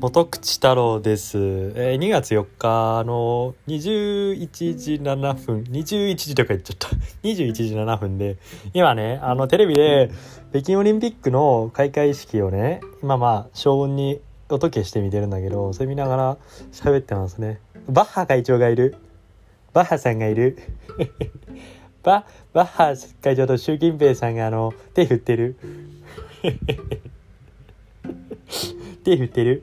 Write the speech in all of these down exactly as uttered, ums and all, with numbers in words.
元口太郎です、えー、にがつよっかのにじゅういちじななふんにじゅういちじとか言っちゃったにじゅういちじななふんで今ねあのテレビで北京オリンピックの開会式をね今まあ小音に音消して見てるんだけど、それ見ながら喋ってますね。バッハ会長がいる、バッハさんがいるバ, バッハ会長と習近平さんがあの手振ってる手振ってる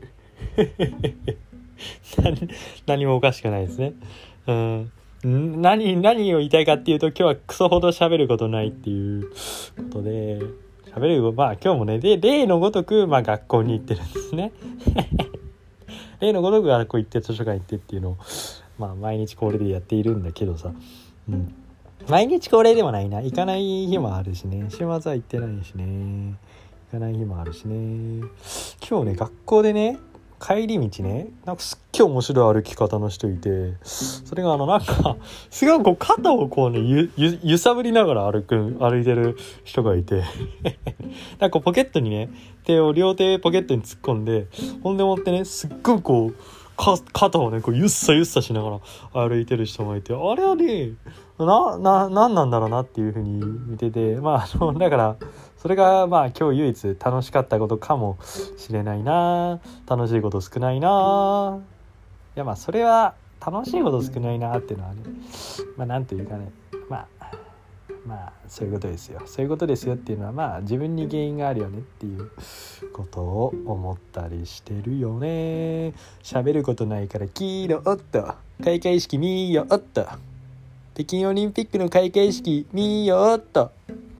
何, 何もおかしくないですね。うん、何何を言いたいかっていうと、今日はクソほど喋ることないっていうことで、喋るまあ今日もねで例のごとくまあ学校に行ってるんですね例のごとく学校行って図書館行ってっていうのをまあ毎日恒例でやっているんだけどさ、うん、毎日恒例でもないな、行かない日もあるしね、週末は行ってないしね、行かない日もあるしね。今日ね学校でね帰り道ね、なんかすっげえ面白い歩き方の人いて、それがあのなんかすごいこう肩をこうね ゆ, ゆ, 揺さぶりながら歩く歩いてる人がいてなんかポケットにね手を両手ポケットに突っ込んで、ほんでもってねすっごいこうか肩をねこうゆっさゆっさしながら歩いてる人がいて、あれはねなななんなんだろうなっていう風に見てて、まああのだからそれがまあ今日唯一楽しかったことかもしれないな。楽しいこと少ないな。いやまあそれは楽しいこと少ないなっていうのはね、まあなんていうかね、まあまあそういうことですよそういうことですよっていうのはまあ自分に原因があるよねっていうことを思ったりしてるよね。喋ることないからキーロおっと開会式見よおっと北京オリンピックの開会式見よっと